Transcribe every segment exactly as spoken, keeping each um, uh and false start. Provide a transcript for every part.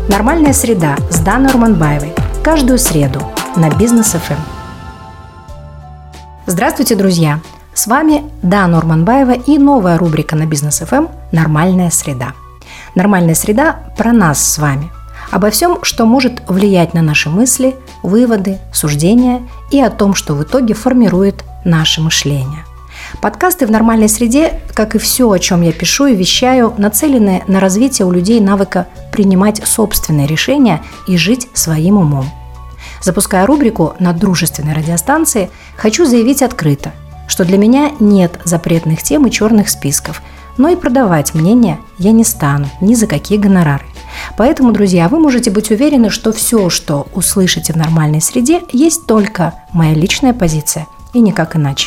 Нормальная среда с Даной Урманбаевой. Каждую среду на Бизнес эф эм. Здравствуйте, друзья! С вами Дана Урманбаева и новая рубрика на Бизнес эф эм «Нормальная среда». Нормальная среда про нас с вами. Обо всем, что может влиять на наши мысли, выводы, суждения и о том, что в итоге формирует наше мышление. Подкасты в нормальной среде, как и все, о чем я пишу и вещаю, нацелены на развитие у людей навыка принимать собственные решения и жить своим умом. Запуская рубрику на дружественной радиостанции, хочу заявить открыто, что для меня нет запретных тем и черных списков, но и продавать мнение я не стану ни за какие гонорары. Поэтому, друзья, вы можете быть уверены, что все, что услышите в нормальной среде, есть только моя личная позиция и никак иначе.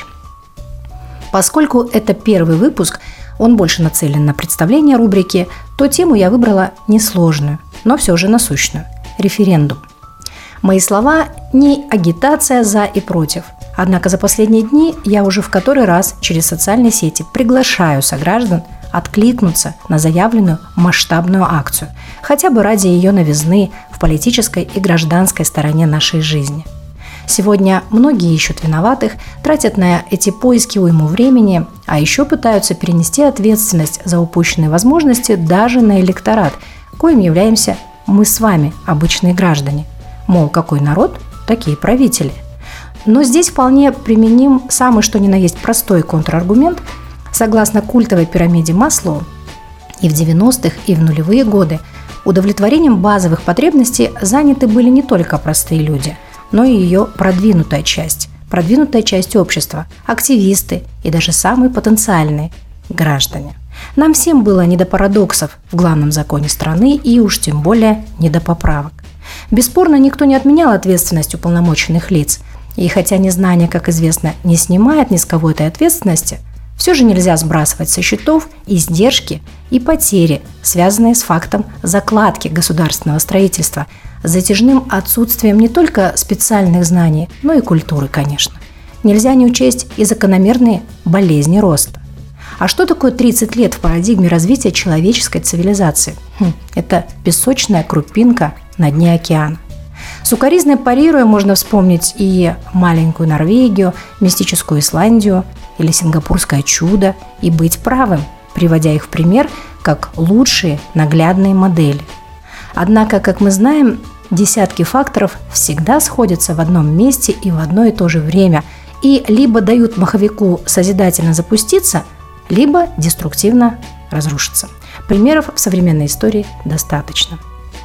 Поскольку это первый выпуск, он больше нацелен на представление рубрики, то тему я выбрала несложную, но все же насущную – референдум. Мои слова не агитация за и против, однако за последние дни я уже в который раз через социальные сети приглашаю сограждан откликнуться на заявленную масштабную акцию, хотя бы ради ее новизны в политической и гражданской стороне нашей жизни. Сегодня многие ищут виноватых, тратят на эти поиски уйму времени, а еще пытаются перенести ответственность за упущенные возможности даже на электорат, коим являемся мы с вами, обычные граждане. Мол, какой народ, такие правители. Но здесь вполне применим самый что ни на есть простой контраргумент. Согласно культовой пирамиде Маслоу, и в девяностых, и в нулевые годы удовлетворением базовых потребностей заняты были не только простые люди, но и ее продвинутая часть, продвинутая часть общества, активисты и даже самые потенциальные граждане. Нам всем было не до парадоксов в главном законе страны и уж тем более не до поправок. Бесспорно, никто не отменял ответственность уполномоченных лиц, и хотя незнание, как известно, не снимает ни с кого этой ответственности, все же нельзя сбрасывать со счетов издержки и потери, связанные с фактом закладки государственного строительства, с затяжным отсутствием не только специальных знаний, но и культуры, конечно. Нельзя не учесть и закономерные болезни роста. А что такое тридцать лет в парадигме развития человеческой цивилизации? Хм, это песочная крупинка на дне океана. Сукоризно парируя, можно вспомнить и маленькую Норвегию, мистическую Исландию или сингапурское чудо и быть правым, приводя их в пример как лучшие наглядные модели. Однако, как мы знаем, десятки факторов всегда сходятся в одном месте и в одно и то же время и либо дают маховику созидательно запуститься, либо деструктивно разрушиться. Примеров в современной истории достаточно.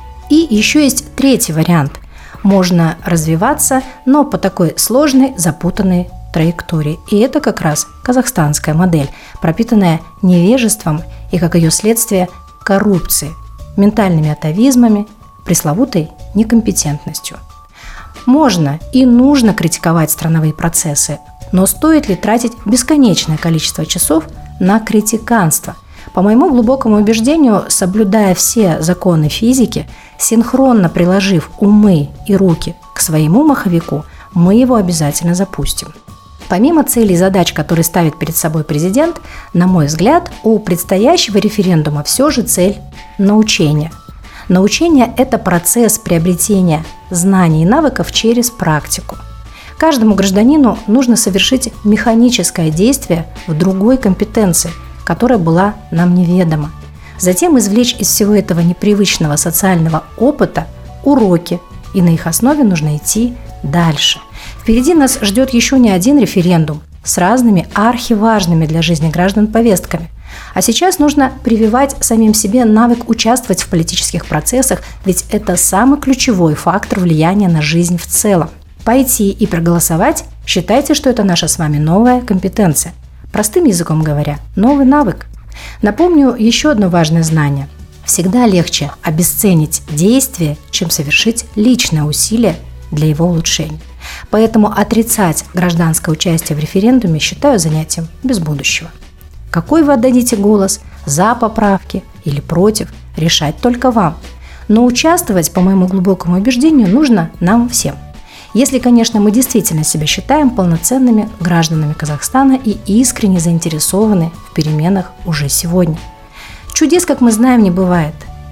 И еще есть третий вариант. Можно развиваться, но по такой сложной, запутанной траектории. И это как раз казахстанская модель, пропитанная невежеством и, как ее следствие, коррупцией, ментальными атовизмами, пресловутой некомпетентностью. Можно и нужно критиковать страновые процессы, но стоит ли тратить бесконечное количество часов на критиканство? По моему глубокому убеждению, соблюдая все законы физики, синхронно приложив умы и руки к своему маховику, мы его обязательно запустим. Помимо целей и задач, которые ставит перед собой президент, на мой взгляд, у предстоящего референдума все же цель – научение. Научение – это процесс приобретения знаний и навыков через практику. Каждому гражданину нужно совершить механическое действие в другой компетенции, которая была нам неведома. Затем извлечь из всего этого непривычного социального опыта уроки, и на их основе нужно идти дальше. Впереди нас ждет еще не один референдум с разными архиважными для жизни граждан повестками. А сейчас нужно прививать самим себе навык участвовать в политических процессах, ведь это самый ключевой фактор влияния на жизнь в целом. Пойти и проголосовать, считайте, что это наша с вами новая компетенция. Простым языком говоря, новый навык. Напомню еще одно важное знание. Всегда легче обесценить действие, чем совершить личное усилие для его улучшения. Поэтому отрицать гражданское участие в референдуме считаю занятием без будущего. Какой вы отдадите голос, за поправки или против, решать только вам. Но участвовать, по моему глубокому убеждению, нужно нам всем. Если, конечно, мы действительно себя считаем полноценными гражданами Казахстана и искренне заинтересованы в переменах уже сегодня. Чудес, как мы знаем, не бывает.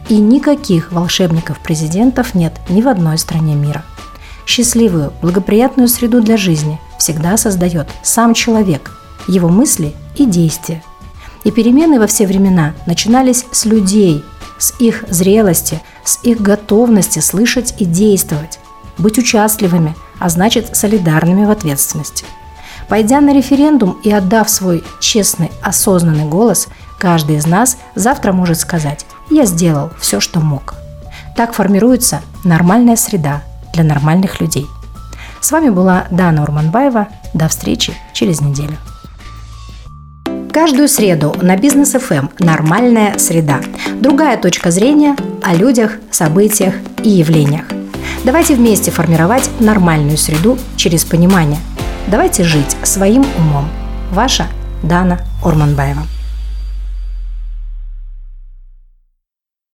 И никаких волшебников-президентов нет ни в одной стране мира. Счастливую, благоприятную среду для жизни всегда создает сам человек, его мысли и действия. И перемены во все времена начинались с людей, с их зрелости, с их готовности слышать и действовать, быть участливыми, а значит солидарными в ответственности. Пойдя на референдум и отдав свой честный, осознанный голос, каждый из нас завтра может сказать: «Я сделал все, что мог». Так формируется нормальная среда для нормальных людей. С вами была Дана Урманбаева. До встречи через неделю. Каждую среду на Бизнес эф эм «Нормальная среда». Другая точка зрения о людях, событиях и явлениях. Давайте вместе формировать нормальную среду через понимание. Давайте жить своим умом. Ваша Дана Урманбаева.